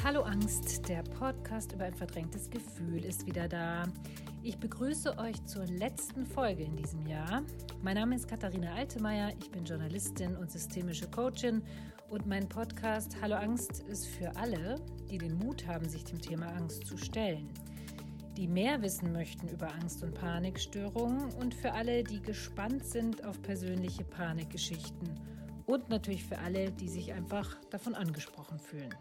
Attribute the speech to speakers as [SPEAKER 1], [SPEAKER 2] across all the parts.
[SPEAKER 1] Hallo Angst, der Podcast über ein verdrängtes Gefühl ist wieder da. Ich begrüße euch zur letzten Folge in diesem Jahr. Mein Name ist Katharina Altemeyer, ich bin Journalistin und systemische Coachin und mein Podcast Hallo Angst ist für alle, die den Mut haben, sich dem Thema Angst zu stellen, die mehr wissen möchten über Angst- und Panikstörungen und für alle, die gespannt sind auf persönliche Panikgeschichten und natürlich für alle, die sich einfach davon angesprochen fühlen.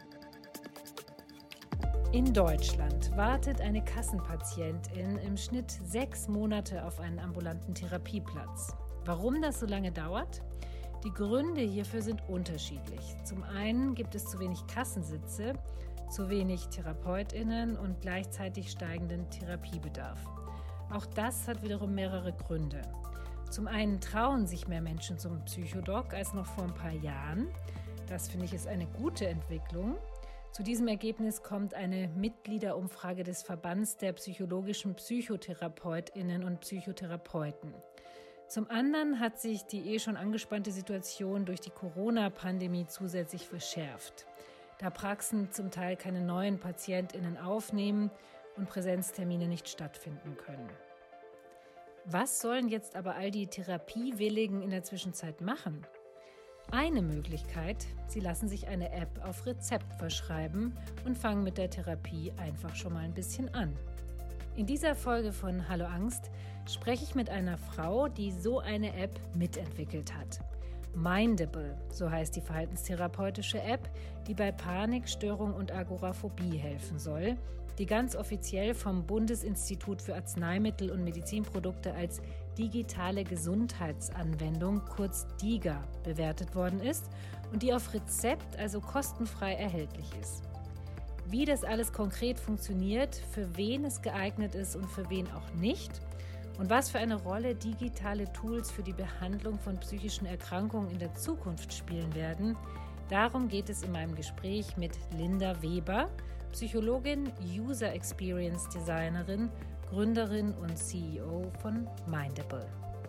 [SPEAKER 1] In Deutschland wartet eine Kassenpatientin im Schnitt 6 Monate auf einen ambulanten Therapieplatz. Warum das so lange dauert? Die Gründe hierfür sind unterschiedlich. Zum einen gibt es zu wenig Kassensitze, zu wenig TherapeutInnen und gleichzeitig steigenden Therapiebedarf. Auch das hat wiederum mehrere Gründe. Zum einen trauen sich mehr Menschen zum Psychodoc als noch vor ein paar Jahren. Das finde ich ist eine gute Entwicklung. Zu diesem Ergebnis kommt eine Mitgliederumfrage des Verbands der psychologischen PsychotherapeutInnen und Psychotherapeuten. Zum anderen hat sich die schon angespannte Situation durch die Corona-Pandemie zusätzlich verschärft, da Praxen zum Teil keine neuen PatientInnen aufnehmen und Präsenztermine nicht stattfinden können. Was sollen jetzt aber all die Therapiewilligen in der Zwischenzeit machen? Eine Möglichkeit, sie lassen sich eine App auf Rezept verschreiben und fangen mit der Therapie einfach schon mal ein bisschen an. In dieser Folge von Hallo Angst spreche ich mit einer Frau, die so eine App mitentwickelt hat. Mindable, so heißt die verhaltenstherapeutische App, die bei Panikstörung und Agoraphobie helfen soll, die ganz offiziell vom Bundesinstitut für Arzneimittel und Medizinprodukte als digitale Gesundheitsanwendung, kurz DIGA, bewertet worden ist und die auf Rezept, also kostenfrei erhältlich ist. Wie das alles konkret funktioniert, für wen es geeignet ist und für wen auch nicht und was für eine Rolle digitale Tools für die Behandlung von psychischen Erkrankungen in der Zukunft spielen werden, darum geht es in meinem Gespräch mit Linda Weber, Psychologin, User Experience Designerin, Gründerin und CEO von Mindable.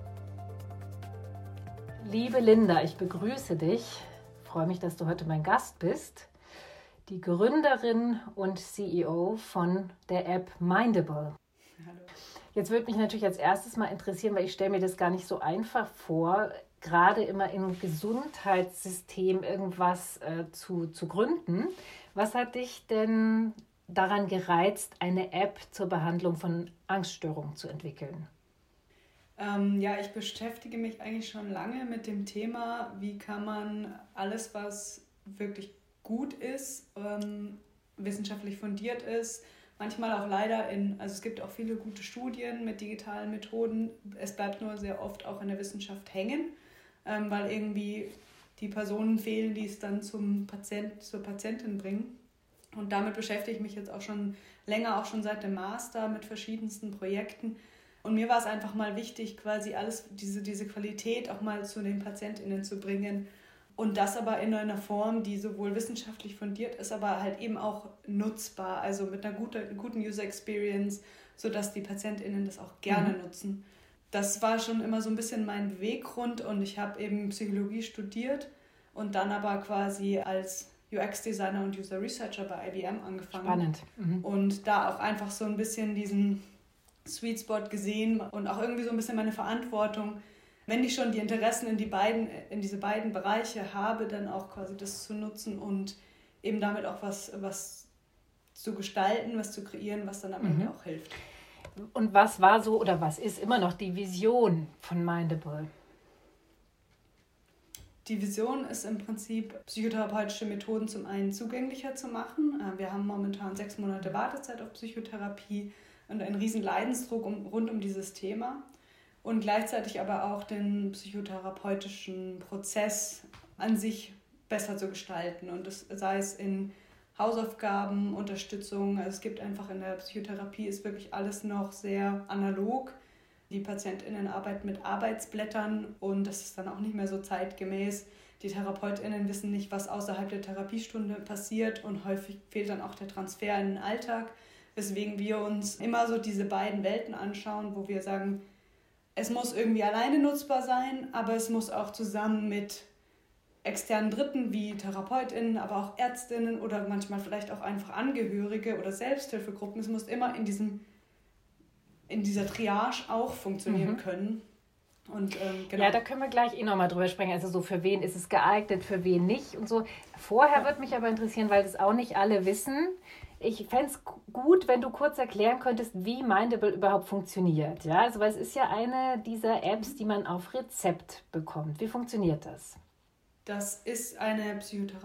[SPEAKER 1] Liebe Linda, ich begrüße dich. Ich freue mich, dass du heute mein Gast bist. Die Gründerin und CEO von der App Mindable. Hallo. Jetzt würde mich natürlich als erstes mal interessieren, weil ich stelle mir das gar nicht so einfach vor, gerade immer im Gesundheitssystem irgendwas zu gründen. Was hat dich denn daran gereizt, eine App zur Behandlung von Angststörungen zu entwickeln?
[SPEAKER 2] Ich beschäftige mich eigentlich schon lange mit dem Thema, wie kann man alles, was wirklich gut ist, wissenschaftlich fundiert ist, manchmal auch leider es gibt auch viele gute Studien mit digitalen Methoden, es bleibt nur sehr oft auch in der Wissenschaft hängen, weil irgendwie die Personen fehlen, die es dann zur Patientin bringen. Und damit beschäftige ich mich jetzt auch schon länger, auch schon seit dem Master mit verschiedensten Projekten. Und mir war es einfach mal wichtig, quasi alles, diese Qualität auch mal zu den PatientInnen zu bringen. Und das aber in einer Form, die sowohl wissenschaftlich fundiert ist, aber halt eben auch nutzbar, also mit einer guten User Experience, sodass die PatientInnen das auch gerne nutzen. Das war schon immer so ein bisschen mein Beweggrund und ich habe eben Psychologie studiert und dann aber quasi als UX-Designer und User Researcher bei IBM angefangen.
[SPEAKER 1] Spannend.
[SPEAKER 2] Und da auch einfach so ein bisschen diesen Sweet Spot gesehen und auch irgendwie so ein bisschen meine Verantwortung, wenn ich schon die Interessen in diese beiden Bereiche habe, dann auch quasi das zu nutzen und eben damit auch was zu gestalten, was zu kreieren, was dann am Ende auch hilft.
[SPEAKER 1] Und was war so oder was ist immer noch die Vision von Mindable?
[SPEAKER 2] Die Vision ist im Prinzip, psychotherapeutische Methoden zum einen zugänglicher zu machen. Wir haben momentan 6 Monate Wartezeit auf Psychotherapie und einen riesen Leidensdruck rund um dieses Thema. Und gleichzeitig aber auch den psychotherapeutischen Prozess an sich besser zu gestalten. Und das sei es in Hausaufgaben, Unterstützung. Also es gibt einfach in der Psychotherapie ist wirklich alles noch sehr analog. Die PatientInnen arbeiten mit Arbeitsblättern und das ist dann auch nicht mehr so zeitgemäß. Die TherapeutInnen wissen nicht, was außerhalb der Therapiestunde passiert und häufig fehlt dann auch der Transfer in den Alltag, weswegen wir uns immer so diese beiden Welten anschauen, wo wir sagen, es muss irgendwie alleine nutzbar sein, aber es muss auch zusammen mit externen Dritten wie TherapeutInnen, aber auch ÄrztInnen oder manchmal vielleicht auch einfach Angehörige oder Selbsthilfegruppen. Es muss immer in dieser Triage auch funktionieren können. Und, genau.
[SPEAKER 1] Ja, da können wir gleich nochmal drüber sprechen. Also so für wen ist es geeignet, für wen nicht und so. Vorher würde mich aber interessieren, weil das auch nicht alle wissen. Ich fände es gut, wenn du kurz erklären könntest, wie Mindable überhaupt funktioniert. Ja, also weil es ist ja eine dieser Apps, die man auf Rezept bekommt. Wie funktioniert das?
[SPEAKER 2] Das ist eine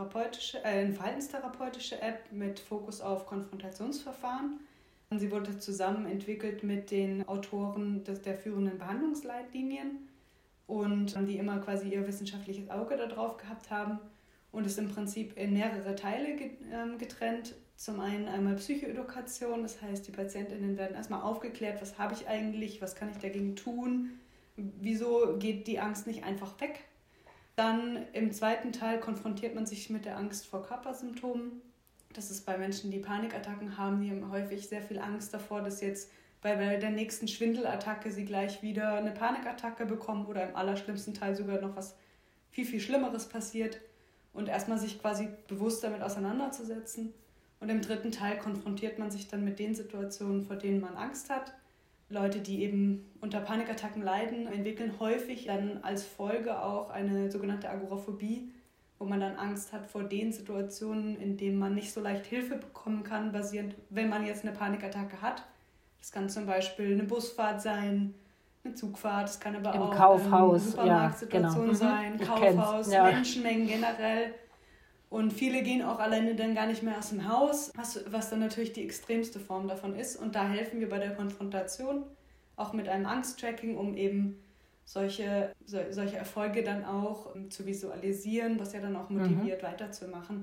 [SPEAKER 2] eine verhaltenstherapeutische App mit Fokus auf Konfrontationsverfahren. Sie wurde zusammen entwickelt mit den Autoren der führenden Behandlungsleitlinien und die immer quasi ihr wissenschaftliches Auge darauf gehabt haben und ist im Prinzip in mehrere Teile getrennt. Zum einen einmal Psychoedukation, das heißt, die PatientInnen werden erstmal aufgeklärt, was habe ich eigentlich, was kann ich dagegen tun, wieso geht die Angst nicht einfach weg. Dann im zweiten Teil konfrontiert man sich mit der Angst vor Körpersymptomen. Das ist bei Menschen, die Panikattacken haben, die haben häufig sehr viel Angst davor, dass jetzt bei der nächsten Schwindelattacke sie gleich wieder eine Panikattacke bekommen oder im allerschlimmsten Teil sogar noch was viel, viel Schlimmeres passiert. Und erstmal sich quasi bewusst damit auseinanderzusetzen. Und im dritten Teil konfrontiert man sich dann mit den Situationen, vor denen man Angst hat. Leute, die eben unter Panikattacken leiden, entwickeln häufig dann als Folge auch eine sogenannte Agoraphobie, wo man dann Angst hat vor den Situationen, in denen man nicht so leicht Hilfe bekommen kann, basierend, wenn man jetzt eine Panikattacke hat. Das kann zum Beispiel eine Busfahrt sein, eine Zugfahrt, das kann aber auch
[SPEAKER 1] Kaufhaus,
[SPEAKER 2] eine Supermarktsituation
[SPEAKER 1] genau.
[SPEAKER 2] sein, Kaufhaus, Menschenmengen generell. Und viele gehen auch alleine dann gar nicht mehr aus dem Haus, was dann natürlich die extremste Form davon ist. Und da helfen wir bei der Konfrontation, auch mit einem Angsttracking, um eben solche Erfolge dann auch zu visualisieren, was ja dann auch motiviert, weiterzumachen.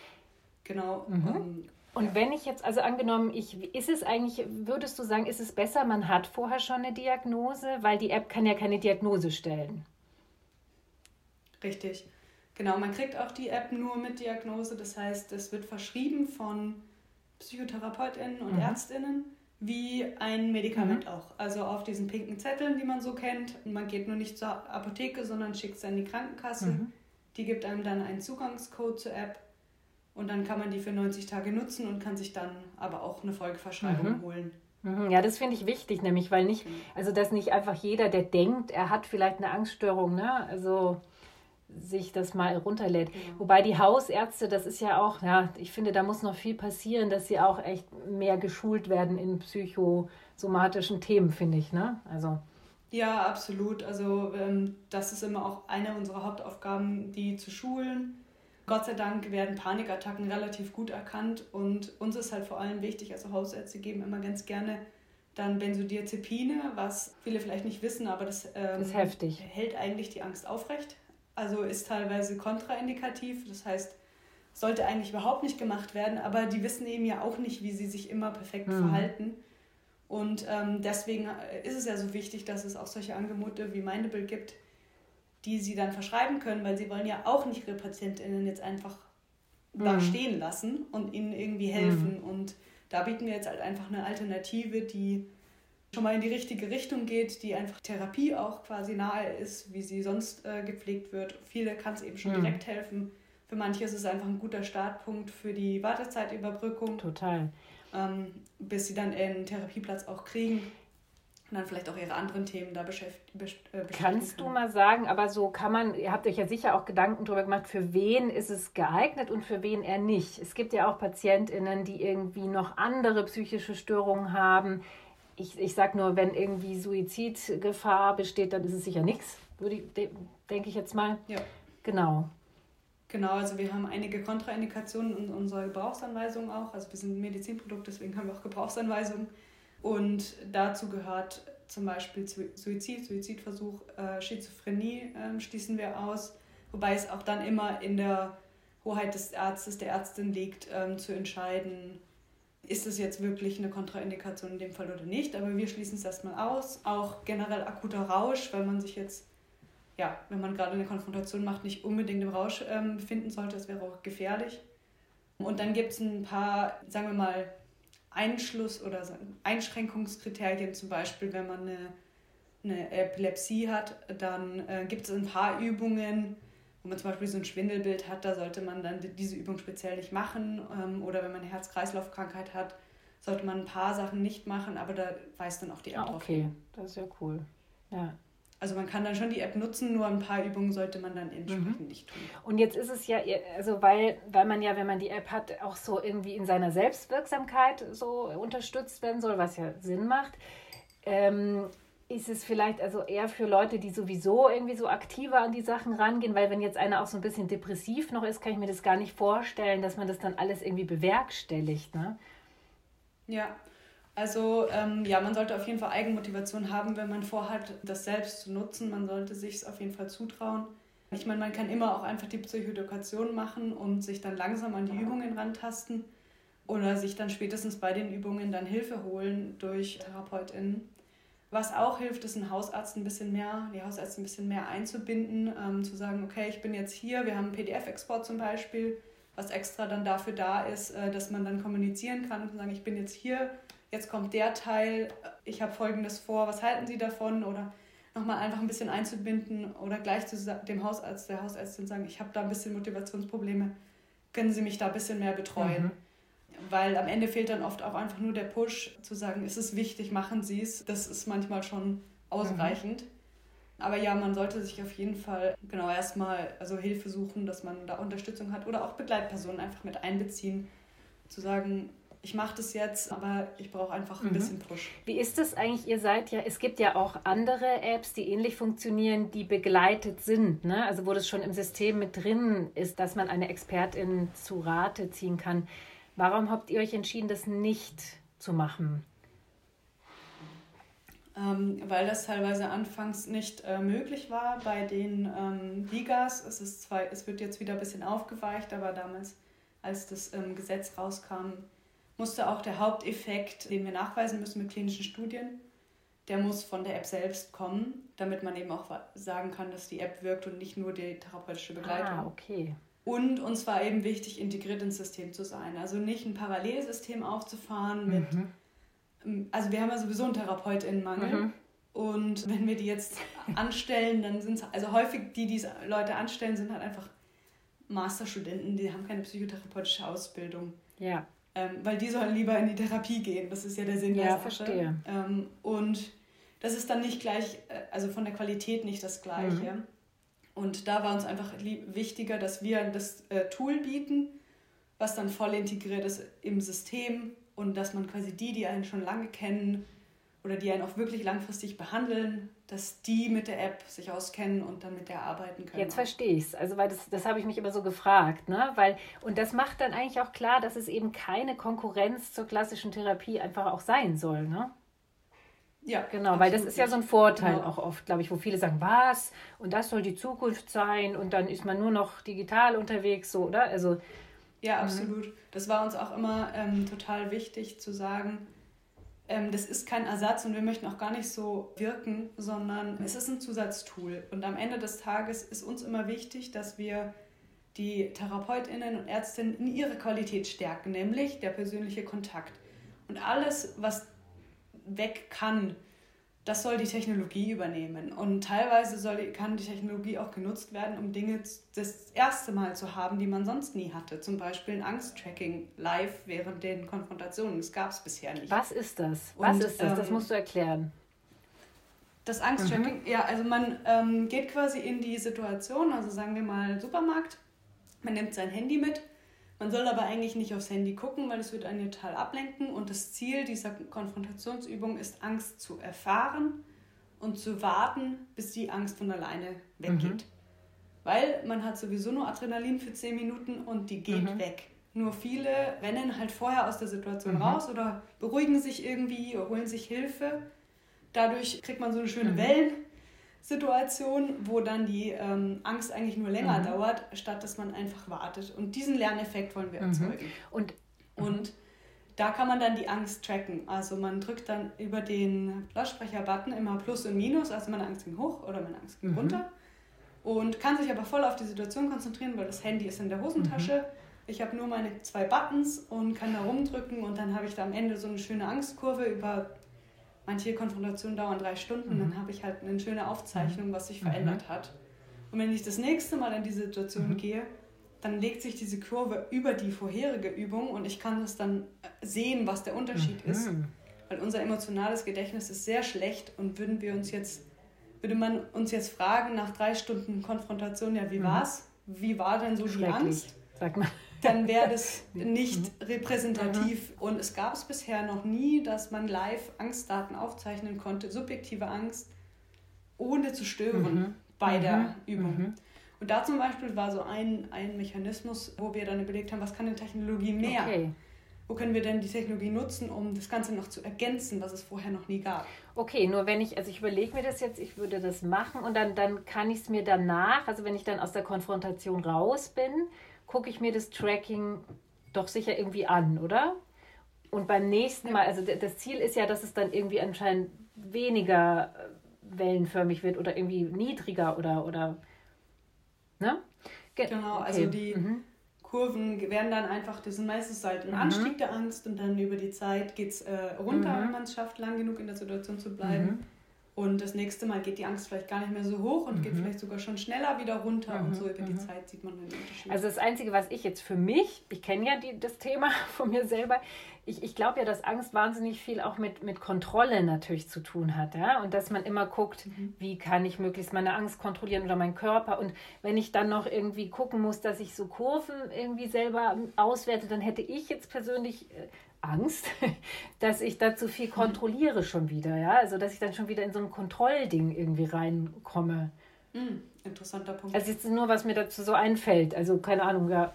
[SPEAKER 2] Genau.
[SPEAKER 1] Und wenn ich jetzt, also angenommen, würdest du sagen, ist es besser, man hat vorher schon eine Diagnose, weil die App kann ja keine Diagnose stellen?
[SPEAKER 2] Richtig. Genau, man kriegt auch die App nur mit Diagnose, das heißt, es wird verschrieben von PsychotherapeutInnen und ÄrztInnen wie ein Medikament auch. Also auf diesen pinken Zetteln, die man so kennt. Man geht nur nicht zur Apotheke, sondern schickt es an die Krankenkasse. Die gibt einem dann einen Zugangscode zur App und dann kann man die für 90 Tage nutzen und kann sich dann aber auch eine Folgeverschreibung holen.
[SPEAKER 1] Ja, das finde ich wichtig, nämlich, weil dass nicht einfach jeder, der denkt, er hat vielleicht eine Angststörung, ne? Also sich das mal runterlädt. Genau. Wobei die Hausärzte, das ist ja auch, ich finde, da muss noch viel passieren, dass sie auch echt mehr geschult werden in psychosomatischen Themen, finde ich, ne? Also.
[SPEAKER 2] Ja, absolut. Also das ist immer auch eine unserer Hauptaufgaben, die zu schulen. Gott sei Dank werden Panikattacken relativ gut erkannt und uns ist halt vor allem wichtig, also Hausärzte geben immer ganz gerne dann Benzodiazepine, was viele vielleicht nicht wissen, aber das
[SPEAKER 1] ist heftig.
[SPEAKER 2] Hält eigentlich die Angst aufrecht. Also ist teilweise kontraindikativ, das heißt, sollte eigentlich überhaupt nicht gemacht werden, aber die wissen eben ja auch nicht, wie sie sich immer perfekt verhalten. Und deswegen ist es ja so wichtig, dass es auch solche Angebote wie Mindable gibt, die sie dann verschreiben können, weil sie wollen ja auch nicht ihre PatientInnen jetzt einfach da stehen lassen und ihnen irgendwie helfen. Und da bieten wir jetzt halt einfach eine Alternative, die schon mal in die richtige Richtung geht, die einfach Therapie auch quasi nahe ist, wie sie sonst gepflegt wird. Viele kann es eben schon direkt helfen. Für manche ist es einfach ein guter Startpunkt für die Wartezeitüberbrückung.
[SPEAKER 1] Total.
[SPEAKER 2] Bis sie dann einen Therapieplatz auch kriegen und dann vielleicht auch ihre anderen Themen da beschäftigen.
[SPEAKER 1] Kannst du mal sagen, aber so ihr habt euch ja sicher auch Gedanken darüber gemacht, für wen ist es geeignet und für wen eher nicht. Es gibt ja auch PatientInnen, die irgendwie noch andere psychische Störungen haben. Ich sage nur, wenn irgendwie Suizidgefahr besteht, dann ist es sicher nichts, denke ich jetzt mal.
[SPEAKER 2] Ja.
[SPEAKER 1] Genau,
[SPEAKER 2] also wir haben einige Kontraindikationen in unserer Gebrauchsanweisung auch. Also wir sind ein Medizinprodukt, deswegen haben wir auch Gebrauchsanweisungen. Und dazu gehört zum Beispiel Suizidversuch, Schizophrenie schließen wir aus. Wobei es auch dann immer in der Hoheit des Arztes, der Ärztin liegt, zu entscheiden, ist es jetzt wirklich eine Kontraindikation in dem Fall oder nicht. Aber wir schließen es erstmal aus. Auch generell akuter Rausch, weil man sich jetzt, wenn man gerade eine Konfrontation macht, nicht unbedingt im Rausch befinden sollte. Das wäre auch gefährlich. Und dann gibt es ein paar, sagen wir mal, Einschränkungskriterien. Zum Beispiel, wenn man eine Epilepsie hat, dann gibt es ein paar Übungen, wo man zum Beispiel so ein Schwindelbild hat, da sollte man dann diese Übung speziell nicht machen. Oder wenn man eine Herz-Kreislauf-Krankheit hat, sollte man ein paar Sachen nicht machen, aber da weist dann auch die App drauf hin.
[SPEAKER 1] Okay, das ist ja cool. Ja.
[SPEAKER 2] Also man kann dann schon die App nutzen, nur ein paar Übungen sollte man dann entsprechend nicht tun.
[SPEAKER 1] Und jetzt ist es ja, also weil man ja, wenn man die App hat, auch so irgendwie in seiner Selbstwirksamkeit so unterstützt werden soll, was ja Sinn macht. Ist es vielleicht also eher für Leute, die sowieso irgendwie so aktiver an die Sachen rangehen, weil wenn jetzt einer auch so ein bisschen depressiv noch ist, kann ich mir das gar nicht vorstellen, dass man das dann alles irgendwie bewerkstelligt, ne?
[SPEAKER 2] Ja, also man sollte auf jeden Fall Eigenmotivation haben, wenn man vorhat, das selbst zu nutzen. Man sollte sich es auf jeden Fall zutrauen. Ich meine, man kann immer auch einfach die Psychoedukation machen und sich dann langsam an die Übungen rantasten oder sich dann spätestens bei den Übungen dann Hilfe holen durch TherapeutInnen. Was auch hilft, ist die Hausärzte ein bisschen mehr einzubinden, zu sagen, okay, ich bin jetzt hier, wir haben einen PDF-Export zum Beispiel, was extra dann dafür da ist, dass man dann kommunizieren kann und sagen, ich bin jetzt hier, jetzt kommt der Teil, ich habe Folgendes vor, was halten Sie davon? Oder nochmal einfach ein bisschen einzubinden oder gleich zu dem Hausarzt, der Hausärztin sagen, ich habe da ein bisschen Motivationsprobleme, können Sie mich da ein bisschen mehr betreuen? Weil am Ende fehlt dann oft auch einfach nur der Push, zu sagen, es ist wichtig, machen Sie es. Das ist manchmal schon ausreichend. Aber ja, man sollte sich auf jeden Fall erstmal Hilfe suchen, dass man da Unterstützung hat oder auch Begleitpersonen einfach mit einbeziehen, zu sagen, ich mache das jetzt, aber ich brauche einfach ein bisschen Push.
[SPEAKER 1] Wie ist das eigentlich? Es gibt ja auch andere Apps, die ähnlich funktionieren, die begleitet sind, ne? Also wo das schon im System mit drin ist, dass man eine Expertin zu Rate ziehen kann. Warum habt ihr euch entschieden, das nicht zu machen?
[SPEAKER 2] Weil das teilweise anfangs nicht möglich war bei den Ligas. Es wird jetzt wieder ein bisschen aufgeweicht, aber damals, als das Gesetz rauskam, musste auch der Haupteffekt, den wir nachweisen müssen mit klinischen Studien, der muss von der App selbst kommen, damit man eben auch sagen kann, dass die App wirkt und nicht nur die therapeutische Begleitung.
[SPEAKER 1] Ah, okay.
[SPEAKER 2] Und uns war eben wichtig, integriert ins System zu sein. Also nicht ein Parallelsystem aufzufahren mit... Also wir haben ja sowieso einen TherapeutInnenmangel. Und wenn wir die jetzt anstellen, dann sind es... häufig diese Leute anstellen, sind halt einfach Masterstudenten, die haben keine psychotherapeutische Ausbildung.
[SPEAKER 1] Ja.
[SPEAKER 2] Weil die sollen lieber in die Therapie gehen. Das ist ja der Sinn der Sache.
[SPEAKER 1] Verstehe.
[SPEAKER 2] Und das ist dann nicht gleich, also von der Qualität nicht das Gleiche. Und da war uns einfach wichtiger, dass wir das Tool bieten, was dann voll integriert ist im System und dass man quasi die einen schon lange kennen oder die einen auch wirklich langfristig behandeln, dass die mit der App sich auskennen und dann mit der arbeiten können.
[SPEAKER 1] Jetzt verstehe ich es. Also, weil das habe ich mich immer so gefragt, ne? Und das macht dann eigentlich auch klar, dass es eben keine Konkurrenz zur klassischen Therapie einfach auch sein soll, ne?
[SPEAKER 2] Ja,
[SPEAKER 1] genau, weil das ist ja so ein Vorteil auch oft, glaube ich, wo viele sagen, was? Und das soll die Zukunft sein und dann ist man nur noch digital unterwegs, so, oder? Also,
[SPEAKER 2] ja, absolut. Das war uns auch immer total wichtig zu sagen, das ist kein Ersatz und wir möchten auch gar nicht so wirken, sondern es ist ein Zusatztool. Und am Ende des Tages ist uns immer wichtig, dass wir die TherapeutInnen und Ärztinnen in ihre Qualität stärken, nämlich der persönliche Kontakt. Und alles, was weg kann, das soll die Technologie übernehmen. Und teilweise kann die Technologie auch genutzt werden, um Dinge das erste Mal zu haben, die man sonst nie hatte. Zum Beispiel ein Angsttracking live während den Konfrontationen. Das gab es bisher nicht.
[SPEAKER 1] Was ist das? Das musst du erklären.
[SPEAKER 2] Das Angsttracking, also man geht quasi in die Situation, also sagen wir mal Supermarkt, man nimmt sein Handy mit. Man soll aber eigentlich nicht aufs Handy gucken, weil es wird einen total ablenken. Und das Ziel dieser Konfrontationsübung ist, Angst zu erfahren und zu warten, bis die Angst von alleine weggeht. Weil man hat sowieso nur Adrenalin für 10 Minuten und die geht weg. Nur viele rennen halt vorher aus der Situation raus oder beruhigen sich irgendwie, holen sich Hilfe. Dadurch kriegt man so eine schöne Situation, wo dann die Angst eigentlich nur länger dauert, statt dass man einfach wartet. Und diesen Lerneffekt wollen wir erzeugen. Und da kann man dann die Angst tracken. Also man drückt dann über den Lautsprecher-Button immer Plus und Minus, also meine Angst ging hoch oder meine Angst ging runter. Und kann sich aber voll auf die Situation konzentrieren, weil das Handy ist in der Hosentasche. Ich habe nur meine 2 Buttons und kann da rumdrücken und dann habe ich da am Ende so eine schöne Angstkurve über... Manche Konfrontationen dauern 3 Stunden, dann habe ich halt eine schöne Aufzeichnung, was sich verändert hat. Und wenn ich das nächste Mal in die Situation gehe, dann legt sich diese Kurve über die vorherige Übung und ich kann es dann sehen, was der Unterschied ist. Weil unser emotionales Gedächtnis ist sehr schlecht und würde man uns jetzt fragen nach 3 Stunden Konfrontation, ja, wie war's? Wie war denn so die Angst?
[SPEAKER 1] Sag mal.
[SPEAKER 2] Dann wäre das nicht repräsentativ. Und es gab es bisher noch nie, dass man live Angstdaten aufzeichnen konnte, subjektive Angst, ohne zu stören bei der Übung. Und da zum Beispiel war so ein Mechanismus, wo wir dann überlegt haben, was kann denn Technologie mehr?
[SPEAKER 1] Okay.
[SPEAKER 2] Wo können wir denn die Technologie nutzen, um das Ganze noch zu ergänzen, was es vorher noch nie gab?
[SPEAKER 1] Okay, nur wenn ich überlege mir das jetzt, ich würde das machen und dann kann ich es mir danach, also wenn ich dann aus der Konfrontation raus bin, gucke ich mir das Tracking doch sicher irgendwie an, oder? Und beim nächsten Mal, also das Ziel ist ja, dass es dann irgendwie anscheinend weniger wellenförmig wird oder irgendwie niedriger oder ne?
[SPEAKER 2] Genau, okay. Also die Kurven werden dann einfach, das sind meistens halt ein Anstieg der Angst und dann über die Zeit geht es runter, wenn man es schafft, lang genug in der Situation zu bleiben. Und das nächste Mal geht die Angst vielleicht gar nicht mehr so hoch und geht vielleicht sogar schon schneller wieder runter und so über die Zeit sieht man den Unterschied.
[SPEAKER 1] Also das Einzige, was ich jetzt für mich, ich kenne ja das Thema von mir selber, ich glaube ja, dass Angst wahnsinnig viel auch mit Kontrolle natürlich zu tun hat. Ja? Und dass man immer guckt, wie kann ich möglichst meine Angst kontrollieren oder meinen Körper. Und wenn ich dann noch irgendwie gucken muss, dass ich so Kurven irgendwie selber auswerte, dann hätte ich jetzt persönlich Angst, dass ich da zu viel kontrolliere schon wieder. Ja? Also dass ich dann schon wieder in so ein Kontrollding irgendwie reinkomme.
[SPEAKER 2] Interessanter Punkt.
[SPEAKER 1] Also jetzt nur, was mir dazu so einfällt. Also keine Ahnung, ja,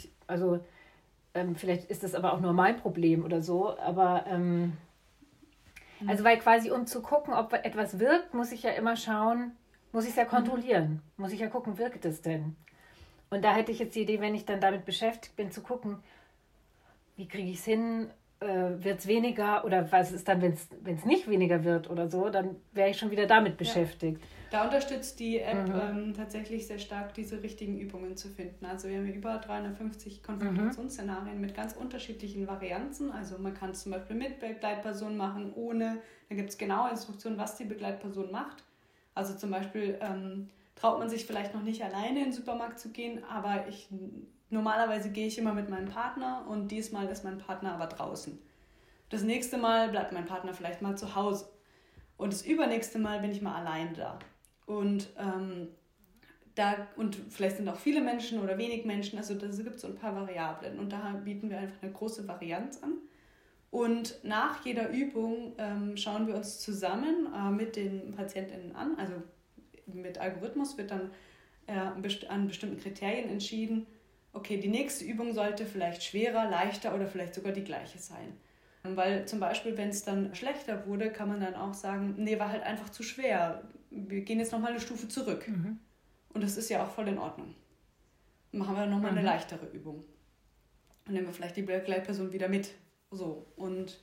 [SPEAKER 1] vielleicht ist das aber auch nur mein Problem oder so, aber also weil quasi um zu gucken, ob etwas wirkt, muss ich ja immer schauen, muss ich es ja kontrollieren, muss ich ja gucken, wirkt es denn? Und da hätte ich jetzt die Idee, wenn ich dann damit beschäftigt bin, zu gucken, wie kriege ich es hin, wird es weniger oder was ist dann, wenn es nicht weniger wird oder so, dann wäre ich schon wieder damit beschäftigt.
[SPEAKER 2] Da unterstützt die App tatsächlich sehr stark, diese richtigen Übungen zu finden. Also wir haben ja über 350 Konfrontationsszenarien mit ganz unterschiedlichen Varianzen. Also man kann es zum Beispiel mit Begleitperson machen, ohne. Da gibt es genaue Instruktionen, was die Begleitperson macht. Also zum Beispiel traut man sich vielleicht noch nicht alleine in den Supermarkt zu gehen, aber normalerweise gehe ich immer mit meinem Partner und diesmal ist mein Partner aber draußen. Das nächste Mal bleibt mein Partner vielleicht mal zu Hause. Und das übernächste Mal bin ich mal allein da. Und vielleicht sind auch viele Menschen oder wenig Menschen, also da gibt es so ein paar Variablen. Und da bieten wir einfach eine große Varianz an. Und nach jeder Übung schauen wir uns zusammen mit den PatientInnen an. Also mit Algorithmus wird dann an bestimmten Kriterien entschieden, okay, die nächste Übung sollte vielleicht schwerer, leichter oder vielleicht sogar die gleiche sein. Weil zum Beispiel, wenn es dann schlechter wurde, kann man dann auch sagen, nee, war halt einfach zu schwer. Wir gehen jetzt nochmal eine Stufe zurück. Und das ist ja auch voll in Ordnung. Dann machen wir nochmal eine leichtere Übung. Dann nehmen wir vielleicht die Begleitperson wieder mit. So. Und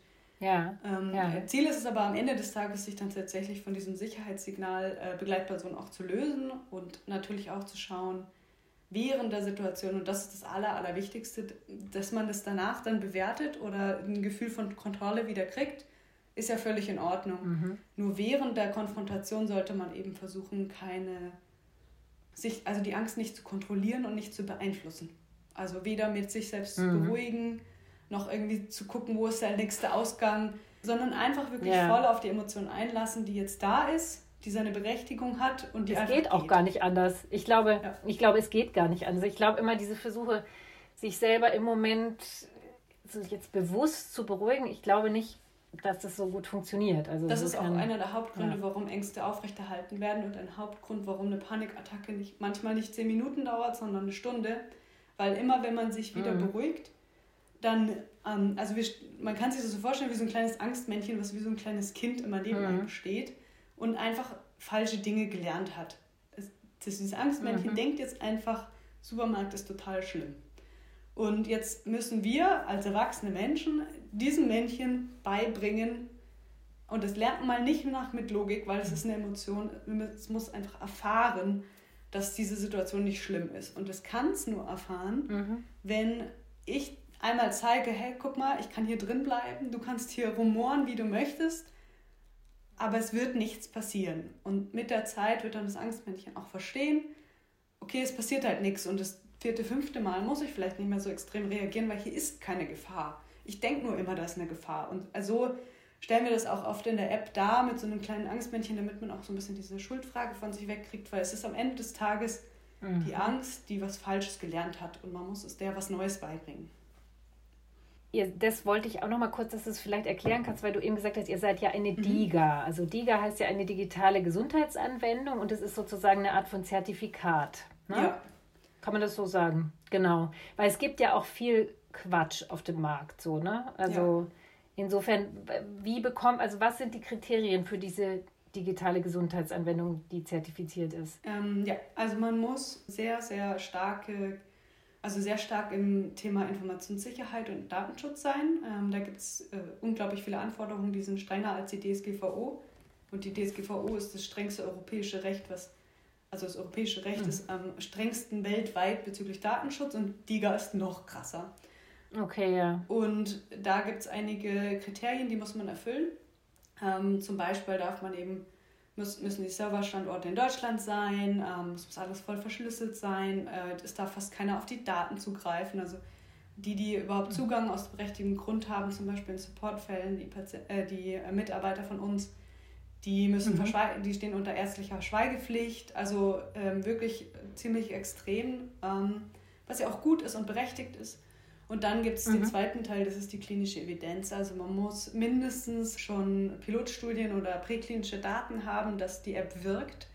[SPEAKER 2] Ziel ist es aber am Ende des Tages, sich dann tatsächlich von diesem Sicherheitssignal Begleitperson auch zu lösen und natürlich auch zu schauen, während der Situation, und das ist das Allerwichtigste, dass man das danach dann bewertet oder ein Gefühl von Kontrolle wieder kriegt, ist ja völlig in Ordnung. Nur während der Konfrontation sollte man eben versuchen, die Angst nicht zu kontrollieren und nicht zu beeinflussen. Also weder mit sich selbst zu beruhigen, noch irgendwie zu gucken, wo ist der nächste Ausgang, sondern einfach wirklich voll auf die Emotion einlassen, die jetzt da ist, die seine Berechtigung hat und die
[SPEAKER 1] es
[SPEAKER 2] einfach
[SPEAKER 1] geht auch gar nicht anders. Ich glaube, es geht gar nicht anders. Ich glaube immer, diese Versuche, sich selber im Moment so jetzt bewusst zu beruhigen, ich glaube nicht, dass das so gut funktioniert. Also
[SPEAKER 2] das ist auch einer der Hauptgründe, warum Ängste aufrechterhalten werden und ein Hauptgrund, warum eine Panikattacke manchmal nicht 10 Minuten dauert, sondern eine Stunde. Weil immer, wenn man sich wieder beruhigt, dann, man kann sich das so vorstellen wie so ein kleines Angstmännchen, was wie so ein kleines Kind immer neben einem steht und einfach falsche Dinge gelernt hat. Dieses Angstmännchen denkt jetzt einfach, Supermarkt ist total schlimm. Und jetzt müssen wir als erwachsene Menschen diesem Männchen beibringen, und das lernt man nicht mit Logik, weil es ist eine Emotion, es muss einfach erfahren, dass diese Situation nicht schlimm ist. Und das kann es nur erfahren, wenn ich einmal zeige, hey, guck mal, ich kann hier drin bleiben, du kannst hier rumoren, wie du möchtest, aber es wird nichts passieren. Und mit der Zeit wird dann das Angstmännchen auch verstehen, okay, es passiert halt nichts und das 4., 5. Mal muss ich vielleicht nicht mehr so extrem reagieren, weil hier ist keine Gefahr. Ich denke nur immer, da ist eine Gefahr. Und also stellen wir das auch oft in der App dar mit so einem kleinen Angstmännchen, damit man auch so ein bisschen diese Schuldfrage von sich wegkriegt, weil es ist am Ende des Tages die Angst, die was Falsches gelernt hat und man muss es der was Neues beibringen.
[SPEAKER 1] Das wollte ich auch noch mal kurz, dass du es vielleicht erklären kannst, weil du eben gesagt hast, ihr seid ja eine DIGA. Also DIGA heißt ja eine digitale Gesundheitsanwendung und es ist sozusagen eine Art von Zertifikat. Ne?
[SPEAKER 2] Ja.
[SPEAKER 1] Kann man das so sagen? Genau. Weil es gibt ja auch viel Quatsch auf dem Markt, so, ne? Also insofern, was sind die Kriterien für diese digitale Gesundheitsanwendung, die zertifiziert ist?
[SPEAKER 2] Also man muss sehr, sehr stark im Thema Informationssicherheit und Datenschutz sein. Da gibt es unglaublich viele Anforderungen, die sind strenger als die DSGVO. Und die DSGVO ist das strengste europäische Recht, das europäische Recht ist am strengsten weltweit bezüglich Datenschutz und DIGA ist noch krasser.
[SPEAKER 1] Okay, ja. Und
[SPEAKER 2] da gibt es einige Kriterien, die muss man erfüllen. Zum Beispiel müssen die Serverstandorte in Deutschland sein, es muss alles voll verschlüsselt sein, es darf fast keiner auf die Daten zugreifen. Also die überhaupt Zugang aus berechtigtem Grund haben, zum Beispiel in Supportfällen, die Mitarbeiter von uns, die müssen die stehen unter ärztlicher Schweigepflicht, also wirklich ziemlich extrem, was ja auch gut ist und berechtigt ist. Und dann gibt es den zweiten Teil, das ist die klinische Evidenz. Also man muss mindestens schon Pilotstudien oder präklinische Daten haben, dass die App wirkt.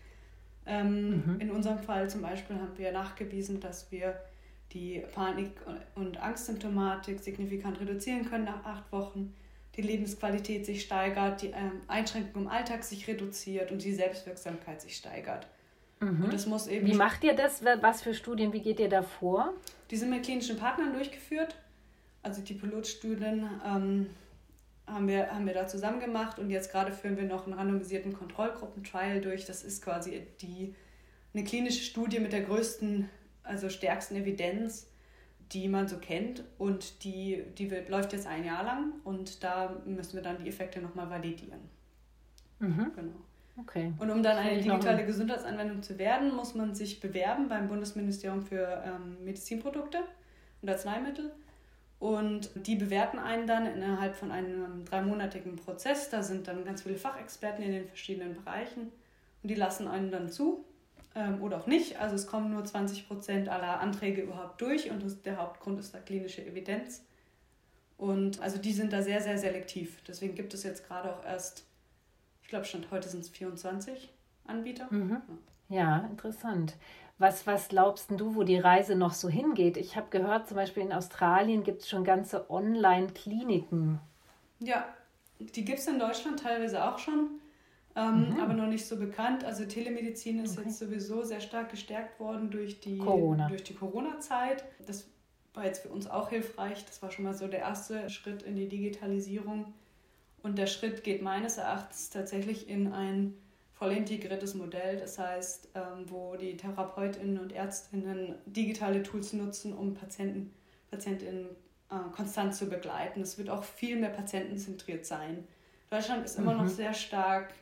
[SPEAKER 2] In unserem Fall zum Beispiel haben wir nachgewiesen, dass wir die Panik- und Angstsymptomatik signifikant reduzieren können nach 8 Wochen, die Lebensqualität sich steigert, die Einschränkung im Alltag sich reduziert und die Selbstwirksamkeit sich steigert. Und das muss eben.
[SPEAKER 1] Wie macht ihr das? Was für Studien? Wie geht ihr da vor?
[SPEAKER 2] Die sind mit klinischen Partnern durchgeführt. Also die Pilotstudien haben wir da zusammen gemacht und jetzt gerade führen wir noch einen randomisierten Kontrollgruppentrial durch. Das ist quasi eine klinische Studie mit der größten, also stärksten Evidenz, die man so kennt und die läuft jetzt 1 Jahr lang und da müssen wir dann die Effekte nochmal validieren. Genau.
[SPEAKER 1] Okay.
[SPEAKER 2] Und um dann eine digitale Gesundheitsanwendung zu werden, muss man sich bewerben beim Bundesministerium für Medizinprodukte und Arzneimittel. Und die bewerten einen dann innerhalb von einem 3-monatigen Prozess. Da sind dann ganz viele Fachexperten in den verschiedenen Bereichen. Und die lassen einen dann zu oder auch nicht. Also es kommen nur 20% aller Anträge überhaupt durch. Und der Hauptgrund ist da klinische Evidenz. Und also die sind da sehr, sehr selektiv. Deswegen gibt es jetzt gerade auch erst, ich glaube, Stand heute sind es 24 Anbieter.
[SPEAKER 1] Ja, interessant. Was glaubst du, wo die Reise noch so hingeht? Ich habe gehört, zum Beispiel in Australien gibt es schon ganze Online-Kliniken.
[SPEAKER 2] Ja, die gibt es in Deutschland teilweise auch schon, aber noch nicht so bekannt. Also Telemedizin ist jetzt sowieso sehr stark gestärkt worden durch die Corona-Zeit. Das war jetzt für uns auch hilfreich. Das war schon mal so der erste Schritt in die Digitalisierung. Und der Schritt geht meines Erachtens tatsächlich in ein voll integriertes Modell. Das heißt, wo die TherapeutInnen und ÄrztInnen digitale Tools nutzen, um PatientInnen konstant zu begleiten. Es wird auch viel mehr patientenzentriert sein. Deutschland ist immer noch sehr stark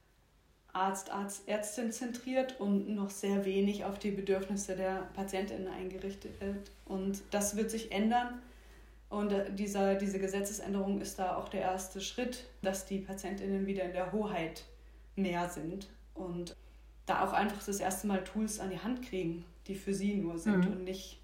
[SPEAKER 2] Ärztin zentriert und noch sehr wenig auf die Bedürfnisse der PatientInnen eingerichtet. Und das wird sich ändern. Und diese Gesetzesänderung ist da auch der erste Schritt, dass die PatientInnen wieder in der Hoheit mehr sind und da auch einfach das erste Mal Tools an die Hand kriegen, die für sie nur sind und nicht,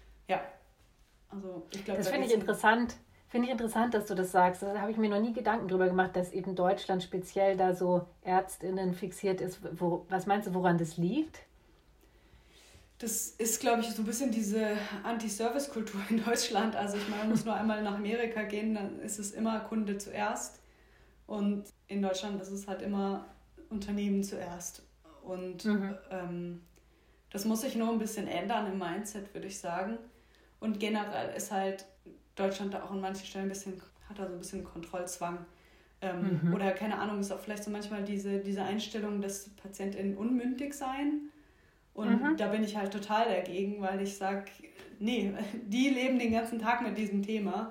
[SPEAKER 2] also ich glaube...
[SPEAKER 1] Das finde ich interessant. Finde ich interessant, dass du das sagst. Da habe ich mir noch nie Gedanken drüber gemacht, dass eben Deutschland speziell da so ÄrztInnen fixiert ist. Was meinst du, woran das liegt?
[SPEAKER 2] Das ist, glaube ich, so ein bisschen diese Anti-Service-Kultur in Deutschland. Also ich meine, man muss nur einmal nach Amerika gehen, dann ist es immer Kunde zuerst. Und in Deutschland ist es halt immer Unternehmen zuerst. Und das muss sich nur ein bisschen ändern im Mindset, würde ich sagen. Und generell ist halt Deutschland da auch an manchen Stellen hat da so ein bisschen Kontrollzwang. Oder keine Ahnung, ist auch vielleicht so manchmal diese Einstellung, dass PatientInnen unmündig seien. Und da bin ich halt total dagegen, weil ich sage, nee, die leben den ganzen Tag mit diesem Thema.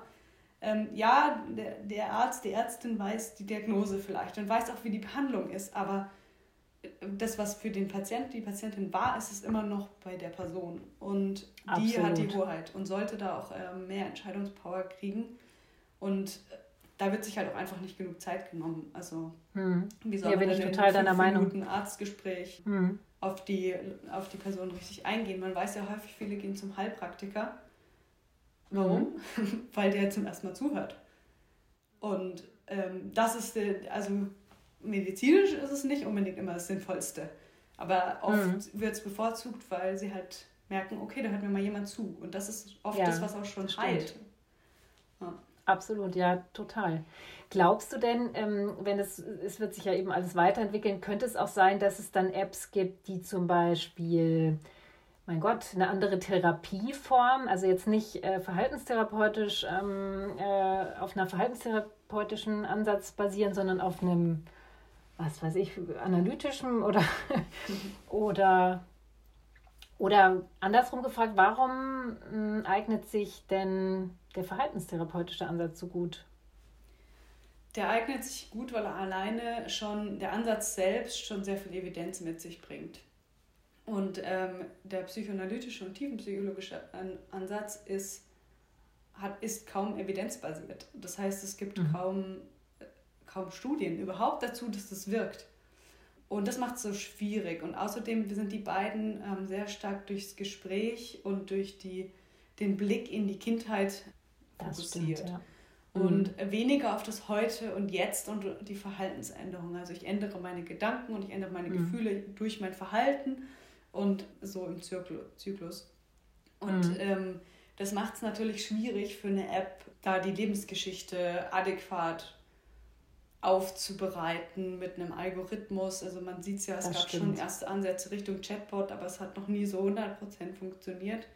[SPEAKER 2] Der Arzt, die Ärztin weiß die Diagnose vielleicht und weiß auch, wie die Behandlung ist, aber das, was für den Patienten, die Patientin war, ist es immer noch bei der Person. Und die
[SPEAKER 1] Absolut.
[SPEAKER 2] hat die Hoheit und sollte da auch mehr Entscheidungspower kriegen. Und da wird sich halt auch einfach nicht genug Zeit genommen. Also wie soll man
[SPEAKER 1] bin ich
[SPEAKER 2] denn
[SPEAKER 1] total
[SPEAKER 2] in
[SPEAKER 1] deiner
[SPEAKER 2] 5
[SPEAKER 1] Meinung.
[SPEAKER 2] Minuten Arztgespräch auf die Person richtig eingehen? Man weiß ja häufig, viele gehen zum Heilpraktiker. Warum? Weil der zum ersten Mal zuhört. Und das ist, also medizinisch ist es nicht unbedingt immer das Sinnvollste. Aber oft wird es bevorzugt, weil sie halt merken, okay, da hört mir mal jemand zu. Und das ist oft das, was auch schon heilt. Ja.
[SPEAKER 1] Absolut, ja, total. Glaubst du denn, wenn es wird sich ja eben alles weiterentwickeln, könnte es auch sein, dass es dann Apps gibt, die zum Beispiel, mein Gott, eine andere Therapieform, also jetzt nicht verhaltenstherapeutisch, auf einer verhaltenstherapeutischen Ansatz basieren, sondern auf einem, was weiß ich, analytischen oder andersrum gefragt, warum eignet sich denn der verhaltenstherapeutische Ansatz so gut?
[SPEAKER 2] Der eignet sich gut, weil er alleine schon, der Ansatz selbst schon sehr viel Evidenz mit sich bringt. Und der psychoanalytische und tiefenpsychologische Ansatz ist kaum evidenzbasiert. Das heißt, es gibt kaum Studien überhaupt dazu, dass das wirkt. Und das macht es so schwierig. Und außerdem sind die beiden sehr stark durchs Gespräch und durch den Blick in die Kindheit fokussiert. Stimmt, ja. Und weniger auf das Heute und Jetzt und die Verhaltensänderung. Also ich ändere meine Gedanken und ich ändere meine Gefühle durch mein Verhalten und so im Zyklus. Und das macht es natürlich schwierig für eine App, da die Lebensgeschichte adäquat aufzubereiten mit einem Algorithmus. Also man sieht es ja, es gab schon erste Ansätze Richtung Chatbot, aber es hat noch nie so 100% funktioniert.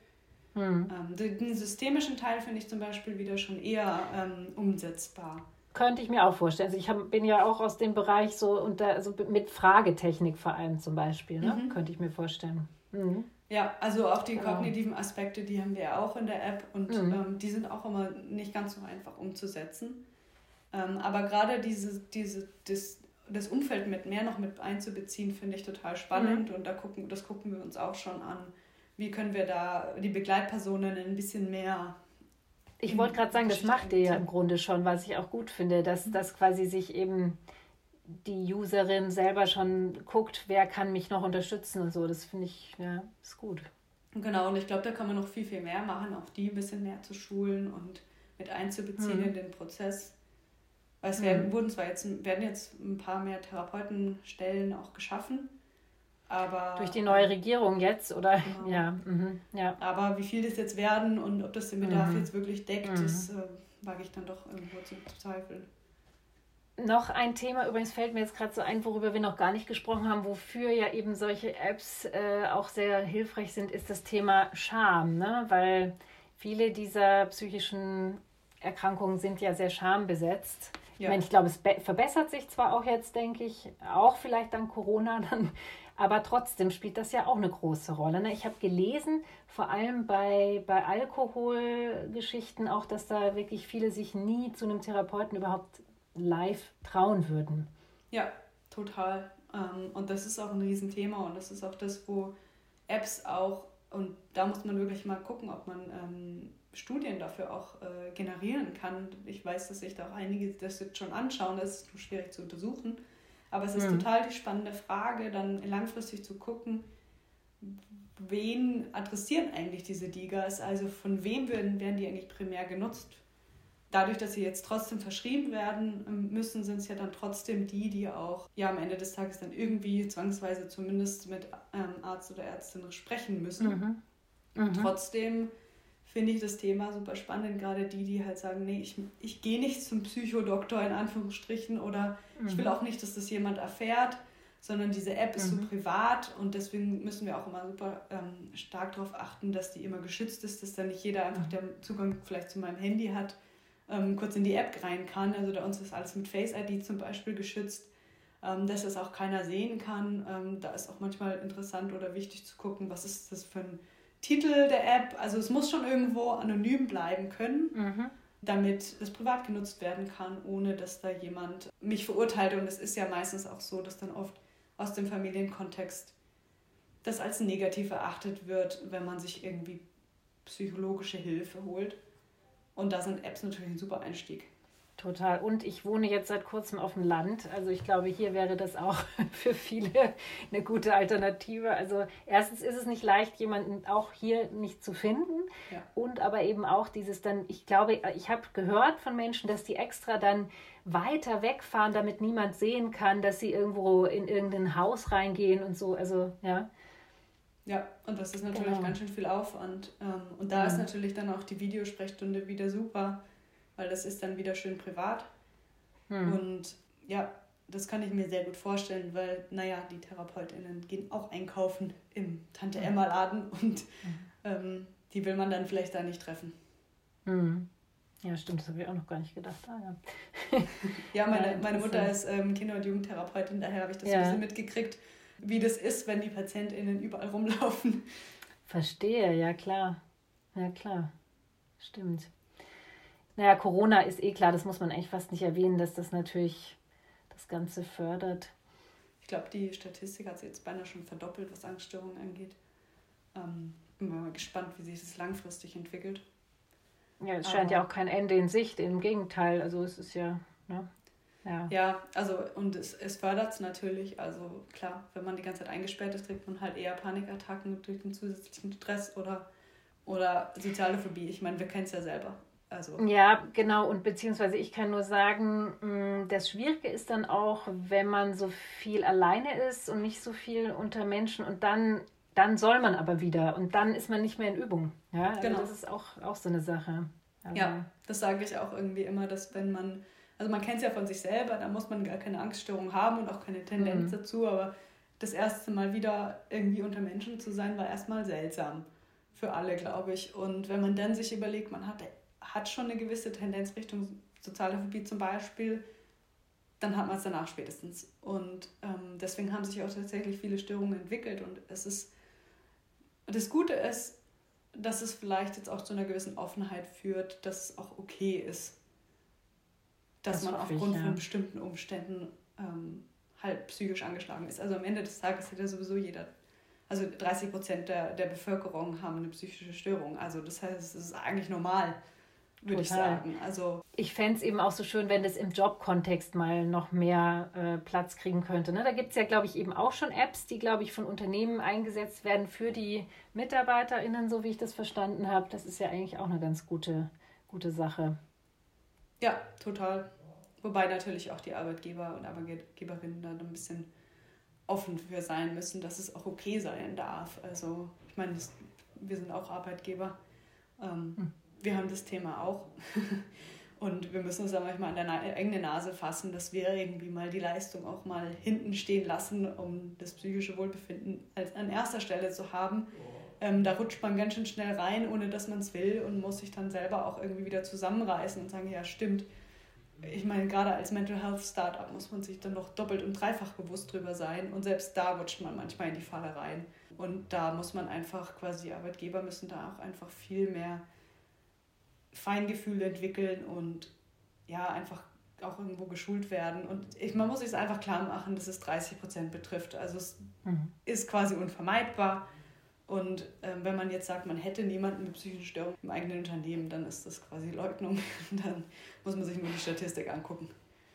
[SPEAKER 2] Den systemischen Teil finde ich zum Beispiel wieder schon eher umsetzbar.
[SPEAKER 1] Könnte ich mir auch vorstellen. Also ich bin ja auch aus dem Bereich so mit Fragetechnik vor allem zum Beispiel, ne? Könnte ich mir vorstellen.
[SPEAKER 2] Ja, also auch die kognitiven Aspekte, die haben wir ja auch in der App und die sind auch immer nicht ganz so einfach umzusetzen. Aber gerade das Umfeld noch mit einzubeziehen, finde ich total spannend und das gucken wir uns auch schon an. Wie können wir da die Begleitpersonen ein bisschen mehr...
[SPEAKER 1] Ich wollte gerade sagen, das macht ihr ja im Grunde schon, was ich auch gut finde, dass quasi sich eben die Userin selber schon guckt, wer kann mich noch unterstützen und so. Das finde ich, ja, ist gut.
[SPEAKER 2] Genau, und ich glaube, da kann man noch viel, viel mehr machen, auch die ein bisschen mehr zu schulen und mit einzubeziehen in den Prozess. Weil es werden jetzt ein paar mehr Therapeutenstellen auch geschaffen. Aber
[SPEAKER 1] durch die neue Regierung jetzt, oder?
[SPEAKER 2] Genau.
[SPEAKER 1] Ja.
[SPEAKER 2] Aber wie viel das jetzt werden und ob das den Bedarf jetzt wirklich deckt, das wage ich dann doch irgendwo zu bezweifeln.
[SPEAKER 1] Noch ein Thema, übrigens fällt mir jetzt gerade so ein, worüber wir noch gar nicht gesprochen haben, wofür ja eben solche Apps auch sehr hilfreich sind, ist das Thema Scham, ne? Weil viele dieser psychischen Erkrankungen sind ja sehr schambesetzt. Ja. Ich meine, ich glaube, es verbessert sich zwar auch jetzt, denke ich, auch vielleicht dank Corona dann, aber trotzdem spielt das ja auch eine große Rolle. Ne? Ich habe gelesen, vor allem bei Alkoholgeschichten auch, dass da wirklich viele sich nie zu einem Therapeuten überhaupt live trauen würden.
[SPEAKER 2] Ja, total. Und das ist auch ein Riesenthema und das ist auch das, wo Apps auch, und da muss man wirklich mal gucken, ob man Studien dafür auch generieren kann. Ich weiß, dass sich da auch einige das jetzt schon anschauen, das ist nur schwierig zu untersuchen. Aber es ist total die spannende Frage, dann langfristig zu gucken, wen adressieren eigentlich diese DIGAs, also von wem werden die eigentlich primär genutzt. Dadurch, dass sie jetzt trotzdem verschrieben werden müssen, sind es ja dann trotzdem die auch am Ende des Tages dann irgendwie zwangsweise zumindest mit Arzt oder Ärztin sprechen müssen. Trotzdem finde ich das Thema super spannend, gerade die halt sagen, nee, ich gehe nicht zum Psychodoktor in Anführungsstrichen oder ich will auch nicht, dass das jemand erfährt, sondern diese App ist so privat und deswegen müssen wir auch immer super stark darauf achten, dass die immer geschützt ist, dass dann nicht jeder einfach, der Zugang vielleicht zu meinem Handy hat, kurz in die App rein kann. Also da uns ist alles mit Face ID zum Beispiel geschützt, dass das auch keiner sehen kann. Da ist auch manchmal interessant oder wichtig zu gucken, was ist das für ein Titel der App. Also es muss schon irgendwo anonym bleiben können, damit es privat genutzt werden kann, ohne dass da jemand mich verurteilt. Und es ist ja meistens auch so, dass dann oft aus dem Familienkontext das als negativ erachtet wird, wenn man sich irgendwie psychologische Hilfe holt. Und da sind Apps natürlich ein super Einstieg.
[SPEAKER 1] Total. Und ich wohne jetzt seit kurzem auf dem Land. Also ich glaube, hier wäre das auch für viele eine gute Alternative. Also erstens ist es nicht leicht, jemanden auch hier nicht zu finden.
[SPEAKER 2] Ja.
[SPEAKER 1] Und aber eben auch dieses dann, ich glaube, ich habe gehört von Menschen, dass die extra dann weiter wegfahren, damit niemand sehen kann, dass sie irgendwo in irgendein Haus reingehen und so. Also ja.
[SPEAKER 2] Ja, und das ist natürlich ganz schön viel Aufwand. Und da ist natürlich dann auch die Videosprechstunde wieder super, weil das ist dann wieder schön privat. Und ja, das kann ich mir sehr gut vorstellen, weil, naja, die TherapeutInnen gehen auch einkaufen im Tante-Emma-Laden und die will man dann vielleicht da nicht treffen.
[SPEAKER 1] Ja, stimmt, das habe ich auch noch gar nicht gedacht. Ja,
[SPEAKER 2] ja, meine Mutter ist Kinder- und Jugendtherapeutin, daher habe ich das ein bisschen mitgekriegt, wie das ist, wenn die PatientInnen überall rumlaufen.
[SPEAKER 1] Verstehe, ja klar. Ja klar, stimmt. Naja, Corona ist klar, das muss man eigentlich fast nicht erwähnen, dass das natürlich das Ganze fördert.
[SPEAKER 2] Ich glaube, die Statistik hat sich jetzt beinahe schon verdoppelt, was Angststörungen angeht. Bin mal gespannt, wie sich das langfristig entwickelt.
[SPEAKER 1] Ja, es scheint ja auch kein Ende in Sicht, im Gegenteil. Also es ist ja, ne?
[SPEAKER 2] Ja, also und es fördert es natürlich. Also klar, wenn man die ganze Zeit eingesperrt ist, kriegt man halt eher Panikattacken durch den zusätzlichen Stress oder soziale Phobie. Ich meine, wir kennen es ja selber. Also.
[SPEAKER 1] Ja, genau. Und beziehungsweise ich kann nur sagen, das Schwierige ist dann auch, wenn man so viel alleine ist und nicht so viel unter Menschen und dann soll man aber wieder und dann ist man nicht mehr in Übung. Ja, also
[SPEAKER 2] genau.
[SPEAKER 1] Das ist auch so eine Sache. Also,
[SPEAKER 2] ja, das sage ich auch irgendwie immer, dass wenn man, also man kennt es ja von sich selber, da muss man gar keine Angststörung haben und auch keine Tendenz dazu, aber das erste Mal wieder irgendwie unter Menschen zu sein, war erstmal seltsam für alle, glaube ich. Und wenn man dann sich überlegt, man hat schon eine gewisse Tendenz Richtung soziale Phobie zum Beispiel, dann hat man es danach spätestens. Und deswegen haben sich auch tatsächlich viele Störungen entwickelt. Und das Gute ist, dass es vielleicht jetzt auch zu einer gewissen Offenheit führt, dass es auch okay ist, dass man aufgrund von bestimmten Umständen halt psychisch angeschlagen ist. Also am Ende des Tages hat ja sowieso jeder, also 30% der Bevölkerung haben eine psychische Störung. Also das heißt, es ist eigentlich normal, würde ich sagen. Also
[SPEAKER 1] ich fände es eben auch so schön, wenn das im Jobkontext mal noch mehr Platz kriegen könnte. Ne? Da gibt es ja, glaube ich, eben auch schon Apps, die, glaube ich, von Unternehmen eingesetzt werden für die MitarbeiterInnen, so wie ich das verstanden habe. Das ist ja eigentlich auch eine ganz gute Sache.
[SPEAKER 2] Ja, total. Wobei natürlich auch die Arbeitgeber und Arbeitgeberinnen da ein bisschen offen für sein müssen, dass es auch okay sein darf. Also ich meine, wir sind auch Arbeitgeber. Wir haben das Thema auch. Und wir müssen uns da manchmal an der eigenen Nase fassen, dass wir irgendwie mal die Leistung auch mal hinten stehen lassen, um das psychische Wohlbefinden an erster Stelle zu haben. Da rutscht man ganz schön schnell rein, ohne dass man es will und muss sich dann selber auch irgendwie wieder zusammenreißen und sagen, ja stimmt. Ich meine, gerade als Mental Health Startup muss man sich dann noch doppelt und dreifach bewusst drüber sein und selbst da rutscht man manchmal in die Falle rein. Und da muss man einfach quasi, die Arbeitgeber müssen da auch einfach viel mehr Feingefühl entwickeln und ja, einfach auch irgendwo geschult werden. Und man muss sich es einfach klar machen, dass es 30% betrifft. Also es ist quasi unvermeidbar. Und wenn man jetzt sagt, man hätte niemanden mit psychischen Störungen im eigenen Unternehmen, dann ist das quasi Leugnung. Dann muss man sich nur die Statistik angucken.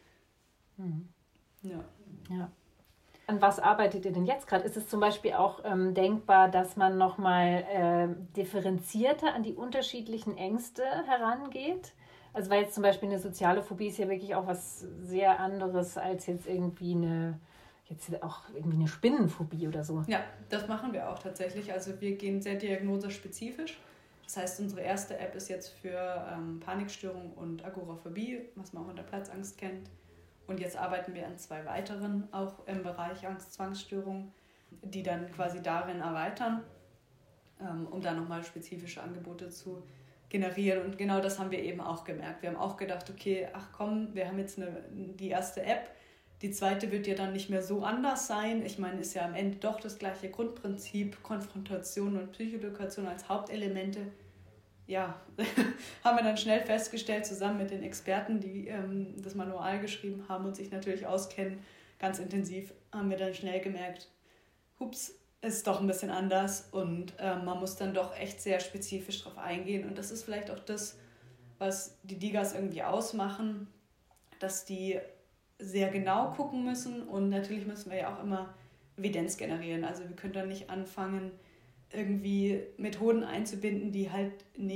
[SPEAKER 1] Ja. An was arbeitet ihr denn jetzt gerade? Ist es zum Beispiel auch denkbar, dass man nochmal differenzierter an die unterschiedlichen Ängste herangeht? Also weil jetzt zum Beispiel eine soziale Phobie ist ja wirklich auch was sehr anderes als jetzt irgendwie eine Spinnenphobie oder so.
[SPEAKER 2] Ja, das machen wir auch tatsächlich. Also wir gehen sehr diagnosespezifisch. Das heißt, unsere erste App ist jetzt für Panikstörung und Agoraphobie, was man auch unter Platzangst kennt. Und jetzt arbeiten wir an 2 weiteren, auch im Bereich Angst-Zwangsstörung, die dann quasi darin erweitern, um da nochmal spezifische Angebote zu generieren. Und genau das haben wir eben auch gemerkt. Wir haben auch gedacht, okay, ach komm, wir haben jetzt die erste App, die zweite wird ja dann nicht mehr so anders sein. Ich meine, ist ja am Ende doch das gleiche Grundprinzip, Konfrontation und Psychoedukation als Hauptelemente. Ja, haben wir dann schnell festgestellt, zusammen mit den Experten, die das Manual geschrieben haben und sich natürlich auskennen, ganz intensiv, haben wir dann schnell gemerkt, hups, es ist doch ein bisschen anders und man muss dann doch echt sehr spezifisch drauf eingehen. Und das ist vielleicht auch das, was die Digas irgendwie ausmachen, dass die sehr genau gucken müssen und natürlich müssen wir ja auch immer Evidenz generieren. Also wir können dann nicht anfangen, irgendwie Methoden einzubinden, die halt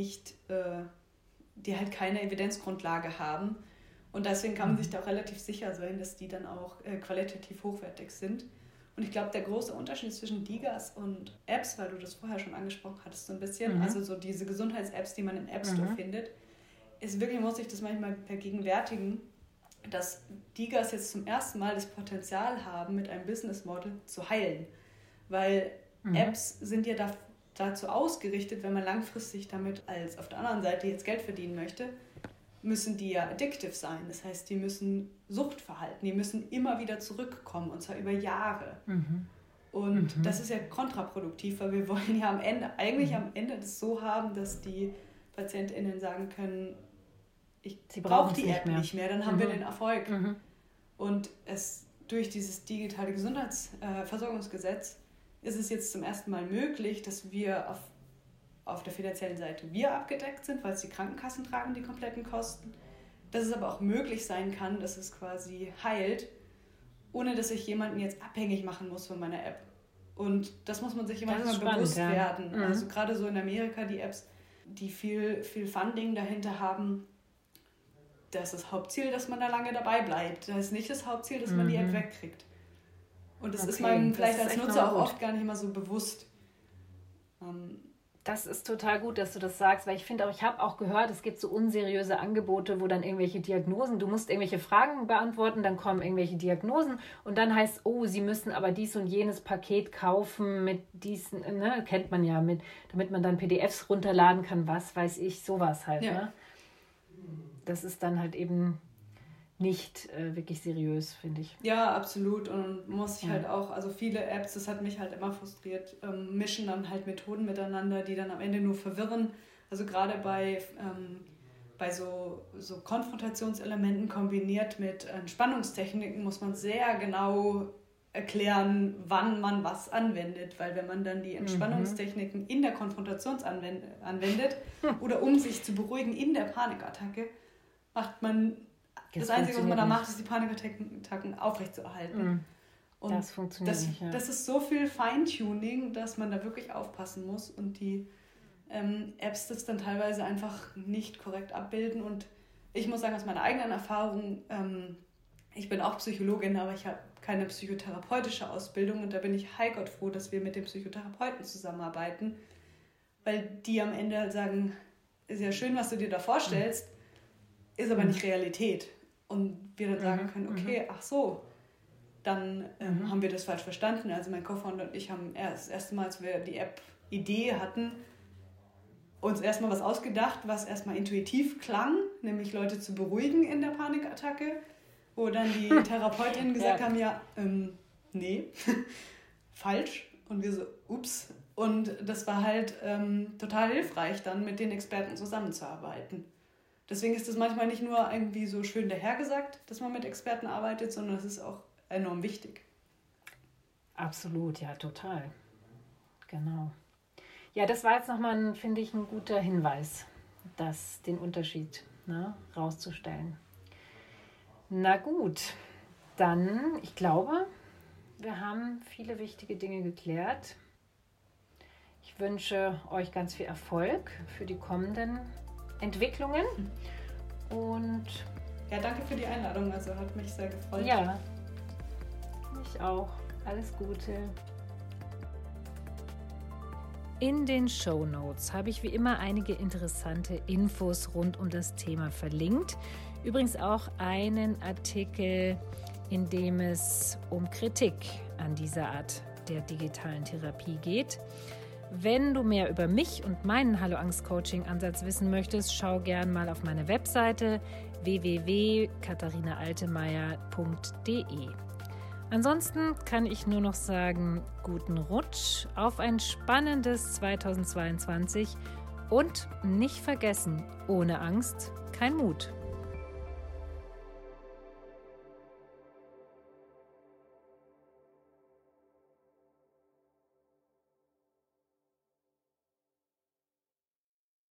[SPEAKER 2] keine Evidenzgrundlage haben. Und deswegen kann man sich da auch relativ sicher sein, dass die dann auch qualitativ hochwertig sind. Und ich glaube, der große Unterschied zwischen Digas und Apps, weil du das vorher schon angesprochen hattest, so ein bisschen, also so diese Gesundheits-Apps, die man im App Store findet, ist wirklich, muss ich das manchmal vergegenwärtigen, dass Digas jetzt zum ersten Mal das Potenzial haben, mit einem Business Model zu heilen. Weil Apps sind ja dazu ausgerichtet, wenn man langfristig damit als auf der anderen Seite jetzt Geld verdienen möchte, müssen die ja addictive sein. Das heißt, die müssen Suchtverhalten, die müssen immer wieder zurückkommen und zwar über Jahre. Und das ist ja kontraproduktiv, weil wir wollen ja am Ende das so haben, dass die PatientInnen sagen können, ich brauche die App nicht mehr, dann haben wir den Erfolg. Und durch dieses digitale Gesundheitsversorgungsgesetz ist es jetzt zum ersten Mal möglich, dass wir auf der finanziellen Seite abgedeckt sind, weil es die Krankenkassen tragen, die kompletten Kosten. Dass es aber auch möglich sein kann, dass es quasi heilt, ohne dass ich jemanden jetzt abhängig machen muss von meiner App. Und das muss man sich manchmal bewusst werden. Also gerade so in Amerika, die Apps, die viel Funding dahinter haben, das ist das Hauptziel, dass man da lange dabei bleibt. Das ist nicht das Hauptziel, dass man die App wegkriegt. Und das ist man vielleicht als Nutzer auch oft gar nicht mal so bewusst.
[SPEAKER 1] Das ist total gut, dass du das sagst, weil ich finde auch, ich habe auch gehört, es gibt so unseriöse Angebote, wo dann irgendwelche Diagnosen, du musst irgendwelche Fragen beantworten, dann kommen irgendwelche Diagnosen und dann heißt, oh, sie müssen aber dies und jenes Paket kaufen mit diesen, ne, kennt man ja, damit man dann PDFs runterladen kann, was weiß ich, sowas halt. Ja. Ne? Das ist dann halt eben nicht wirklich seriös, finde ich.
[SPEAKER 2] Ja, absolut. Und muss ich halt auch, also viele Apps, das hat mich halt immer frustriert, mischen dann halt Methoden miteinander, die dann am Ende nur verwirren. Also gerade bei so Konfrontationselementen kombiniert mit Entspannungstechniken muss man sehr genau erklären, wann man was anwendet. Weil wenn man dann die Entspannungstechniken in der Konfrontation anwendet oder um sich zu beruhigen in der Panikattacke, macht man das Einzige, was man da macht, ist die Panikattacken aufrechtzuerhalten. Und
[SPEAKER 1] das funktioniert nicht. Ja.
[SPEAKER 2] Das ist so viel Feintuning, dass man da wirklich aufpassen muss und die Apps das dann teilweise einfach nicht korrekt abbilden. Und ich muss sagen, aus meiner eigenen Erfahrung, ich bin auch Psychologin, aber ich habe keine psychotherapeutische Ausbildung und da bin ich heilgott froh, dass wir mit dem Psychotherapeuten zusammenarbeiten, weil die am Ende halt sagen, ist ja schön, was du dir da vorstellst, ist aber nicht Realität. Und wir dann sagen können, okay, ach so, dann haben wir das falsch verstanden. Also mein Co-Founder und ich haben das erste Mal, als wir die App-Idee hatten, uns erstmal was ausgedacht, was erstmal intuitiv klang, nämlich Leute zu beruhigen in der Panikattacke, wo dann die Therapeutinnen gesagt haben, nee, falsch. Und wir so, ups. Und das war halt total hilfreich, dann mit den Experten zusammenzuarbeiten. Deswegen ist es manchmal nicht nur irgendwie so schön dahergesagt, dass man mit Experten arbeitet, sondern es ist auch enorm wichtig.
[SPEAKER 1] Absolut, ja, total. Genau. Ja, das war jetzt nochmal, finde ich, ein guter Hinweis, den Unterschied rauszustellen. Na gut, dann, ich glaube, wir haben viele wichtige Dinge geklärt. Ich wünsche euch ganz viel Erfolg für die kommenden Entwicklungen und
[SPEAKER 2] ja, danke für die Einladung, also hat mich sehr gefreut.
[SPEAKER 1] Ja, mich auch. Alles Gute. In den Shownotes habe ich wie immer einige interessante Infos rund um das Thema verlinkt. Übrigens auch einen Artikel, in dem es um Kritik an dieser Art der digitalen Therapie geht. Wenn du mehr über mich und meinen Hallo-Angst-Coaching-Ansatz wissen möchtest, schau gern mal auf meine Webseite www.katharinaaltemeyer.de. Ansonsten kann ich nur noch sagen, guten Rutsch auf ein spannendes 2022 und nicht vergessen, ohne Angst kein Mut.